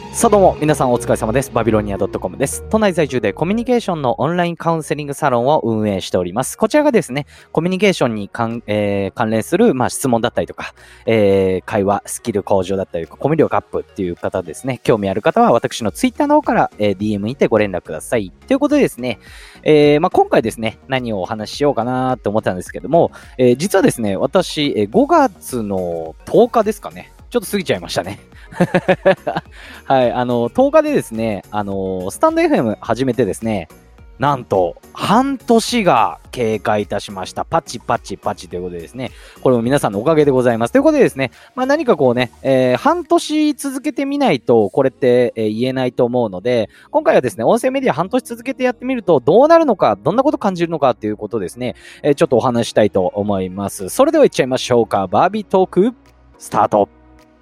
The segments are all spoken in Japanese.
さあどうも皆さんお疲れ様です。バビロニア .com です。都内在住でコミュニケーションのオンラインカウンセリングサロンを運営しております。こちらがですね、コミュニケーションに関連する、質問だったりとか、会話、スキル向上だったりとか、コミュ力アップっていう方ですね、興味ある方は私のツイッターの方から、DM にてご連絡ください。ということでですね、今回ですね、何をお話ししようかなと思ったんですけども、実はですね、私、5月の10日ですかね、ちょっと過ぎちゃいましたね。はい、10日でですね、スタンド FM 始めてですね、なんと、半年が経過いたしました。パチパチパチということでですね、これも皆さんのおかげでございます。ということでですね、何かこうね、半年続けてみないと、これって、言えないと思うので、今回はですね、音声メディア半年続けてやってみると、どうなるのか、どんなこと感じるのかっていうことですね、ちょっとお話ししたいと思います。それでは行っちゃいましょうか。バービートーク、スタート。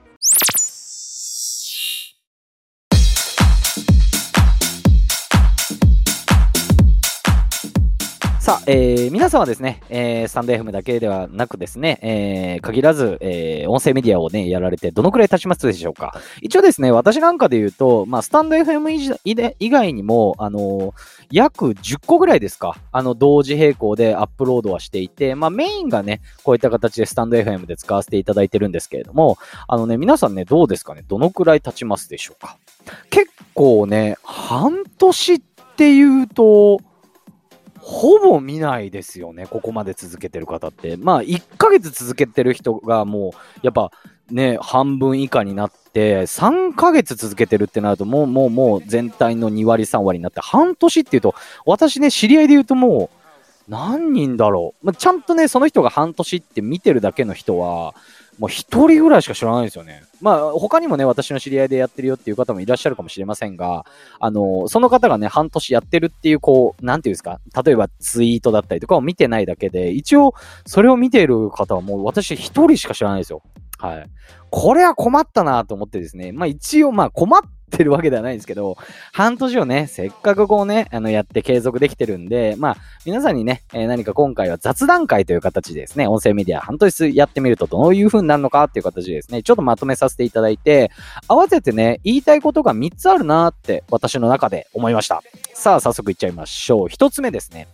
さあ、皆さんはですね、スタンド FM だけではなくですね、限らず、音声メディアをね、やられてどのくらい経ちますでしょうか。一応ですね、私なんかで言うと、スタンド FM 以外にも、約10個ぐらいですか、同時並行でアップロードはしていて、メインがね、こういった形でスタンド FM で使わせていただいてるんですけれども、皆さんね、どうですかね、どのくらい経ちますでしょうか。結構ね、半年っていうと、ほぼ見ないですよね、ここまで続けてる方って。1ヶ月続けてる人がもう、やっぱね、半分以下になって、3ヶ月続けてるってなると、もう全体の2割3割になって、半年っていうと、私ね、知り合いで言うともう、何人だろう。ちゃんとね、その人が半年って見てるだけの人は、もう一人ぐらいしか知らないんですよね。他にもね、私の知り合いでやってるよっていう方もいらっしゃるかもしれませんが、その方がね、半年やってるっていう、こう、なんていうんですか、例えばツイートだったりとかを見てないだけで、一応、それを見ている方はもう私一人しか知らないですよ。はい。これは困ったなと思ってですね、一応、困ってるわけではないんですけど、半年をね、せっかくこうね、やって継続できてるんで、皆さんにね、何か今回は雑談会という形でですね、音声メディア半年やってみるとどういう風になるのかっていう形でですね、ちょっとまとめさせていただいて、合わせてね、言いたいことが3つあるなーって私の中で思いました。さあ、早速いっちゃいましょう。1つ目ですね。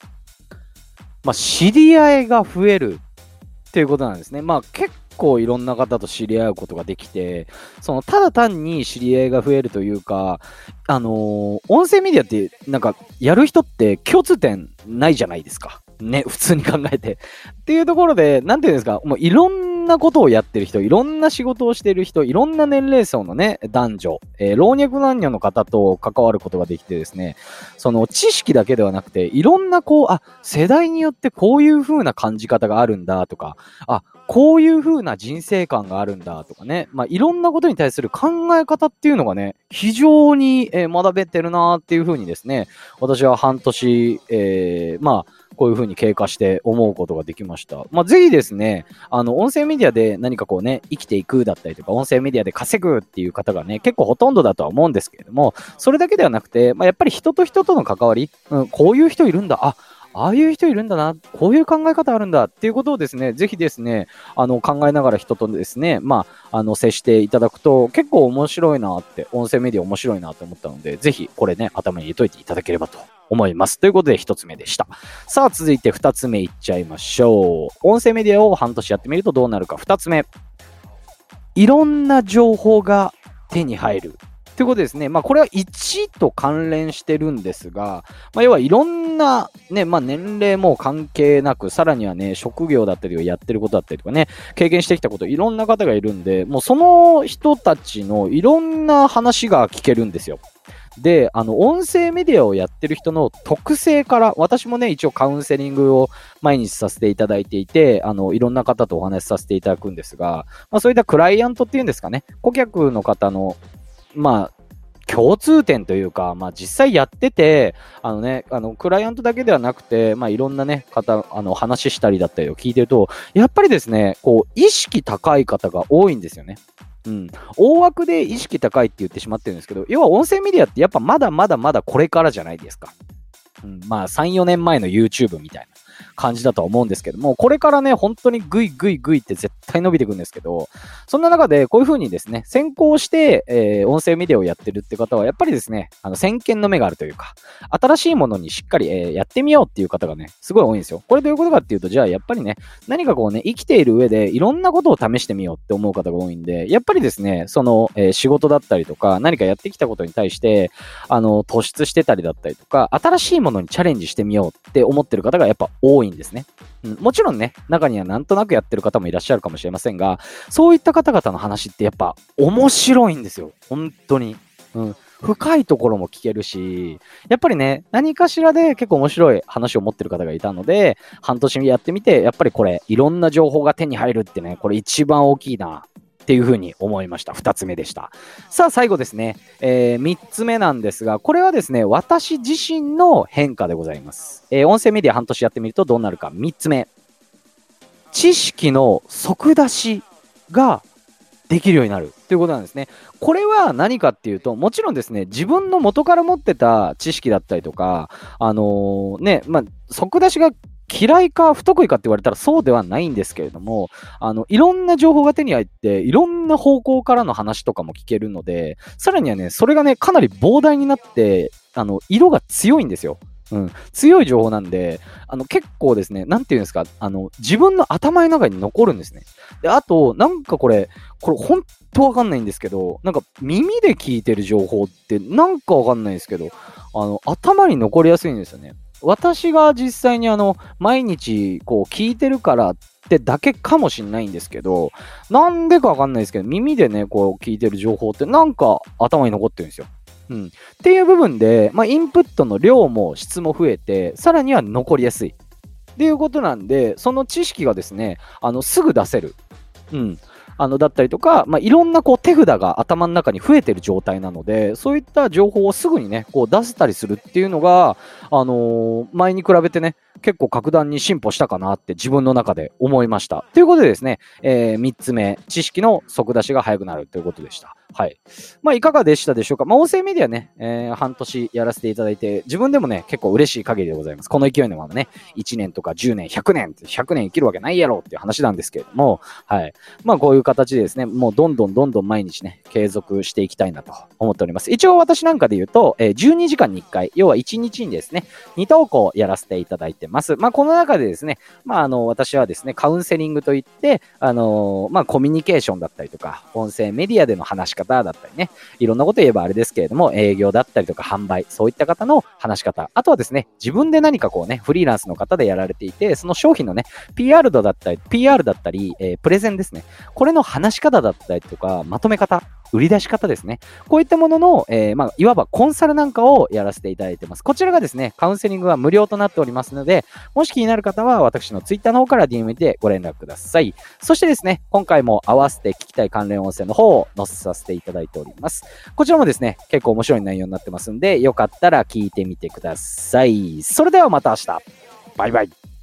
知り合いが増えるっていうことなんですね。結構いろんな方と知り合うことができて、ただ単に知り合いが増えるというか、音声メディアってなんかやる人って共通点ないじゃないですか。ね、普通に考えて。っていうところで、なんていうんですか、もういろんなことをやってる人、いろんな仕事をしている人、いろんな年齢層のね、男女、老若男女の方と関わることができてですね、その知識だけではなくて、いろんなこう、世代によってこういう風な感じ方があるんだとか、こういう風な人生観があるんだとかね、いろんなことに対する考え方っていうのがね、非常に、学べてるなっていう風にですね、私は半年、こういう風に経過して思うことができました。ぜひですね、音声メディアで何かこうね、生きていくだったりとか、音声メディアで稼ぐっていう方がね、結構ほとんどだとは思うんですけれども、それだけではなくて、やっぱり人と人との関わり、こういう人いるんだ、ああいう人いるんだな、こういう考え方あるんだっていうことをですね、ぜひですね、考えながら人とですね、接していただくと結構面白いなって、音声メディア面白いなと思ったので、ぜひこれね、頭に入れといていただければと思います。ということで一つ目でした。さあ、続いて二つ目いっちゃいましょう。音声メディアを半年やってみるとどうなるか。二つ目。いろんな情報が手に入る。ということですね。これは1と関連してるんですが、要はいろんなね、年齢も関係なく、さらにはね、職業だったりをやってることだったりとかね、経験してきたこと、いろんな方がいるんで、もうその人たちのいろんな話が聞けるんですよ。で、音声メディアをやってる人の特性から、私もね、一応カウンセリングを毎日させていただいていて、いろんな方とお話しさせていただくんですが、そういったクライアントっていうんですかね、顧客の方の、共通点というか、実際やってて、クライアントだけではなくて、いろんなね、話したりだったりを聞いてると、やっぱりですね、こう、意識高い方が多いんですよね。大枠で意識高いって言ってしまってるんですけど、要は音声メディアってやっぱまだこれからじゃないですか。3、4年前の YouTube みたいな。 感じだとは思うんですけども、これからね、本当にグイグイグイって絶対伸びていくんですけど、そんな中でこういう風にですね、先行して、音声メディアをやってるって方は、やっぱりですね、先見の目があるというか、新しいものにしっかり、やってみようっていう方がね、すごい多いんですよ。これどういうことかっていうと、じゃあやっぱりね、何かこうね、生きている上でいろんなことを試してみようって思う方が多いんで、やっぱりですね、その、仕事だったりとか、何かやってきたことに対して、突出してたりだったりとか、新しいものにチャレンジしてみようって思ってる方がやっぱ多いんですね。もちろんね、中にはなんとなくやってる方もいらっしゃるかもしれませんが、そういった方々の話ってやっぱ面白いんですよ。本当に。深いところも聞けるし、やっぱりね、何かしらで結構面白い話を持ってる方がいたので、半年やってみて、やっぱりこれ、いろんな情報が手に入るってね、これ一番大きいな。っていうふうに思いました。2つ目でした。さあ、最後ですね。3つ目なんですが、これはですね、私自身の変化でございます。音声メディア半年やってみるとどうなるか。3つ目。知識の即出しができるようになるということなんですね。これは何かっていうと、もちろんですね、自分の元から持ってた知識だったりとか、即出しが嫌いか不得意かって言われたらそうではないんですけれども、いろんな情報が手に入って、いろんな方向からの話とかも聞けるので、さらにはね、それがね、かなり膨大になって、色が強いんですよ。強い情報なんで、結構ですね、なんていうんですか、自分の頭の中に残るんですね。で、あと、なんかこれ本当わかんないんですけど、なんか耳で聞いてる情報ってなんかわかんないですけど、頭に残りやすいんですよね。私が実際に毎日こう聞いてるからってだけかもしんないんですけど、なんでかわかんないですけど、耳でね、こう聞いてる情報ってなんか頭に残ってるんですよ。っていう部分で、インプットの量も質も増えて、さらには残りやすい。っていうことなんで、その知識がですね、すぐ出せる。だったりとか、いろんなこう手札が頭の中に増えてる状態なので、そういった情報をすぐにね、こう出せたりするっていうのが、前に比べてね、結構格段に進歩したかなって自分の中で思いました。ということでですね、3つ目、知識の即出しが早くなるということでした。はい。いかがでしたでしょうか。音声メディアね、半年やらせていただいて、自分でもね、結構嬉しい限りでございます。この勢いのままね、1年とか10年、100年、100年生きるわけないやろっていう話なんですけれども、はい。こういう形でですね、もうどんどん毎日ね、継続していきたいなと思っております。一応私なんかで言うと、12時間に1回、要は1日にですね、2投稿やらせていただいてます。この中でですね、私はですね、カウンセリングといって、コミュニケーションだったりとか、音声メディアでの話し方だったりね、いろんなこと言えばあれですけれども、営業だったりとか販売、そういった方の話し方、あとはですね、自分で何かこうね、フリーランスの方でやられていて、その商品のね、PR だったり、プレゼンですね。これの話し方だったりとか、まとめ方、売り出し方ですね。こういったものの、いわばコンサルなんかをやらせていただいてます。こちらがですね、カウンセリングは無料となっておりますので、もし気になる方は私の Twitter の方から DM でご連絡ください。そしてですね、今回も合わせて聞きたい関連音声の方を載せさせていただいております。こちらもですね、結構面白い内容になってますんで、よかったら聞いてみてください。それではまた明日。バイバイ。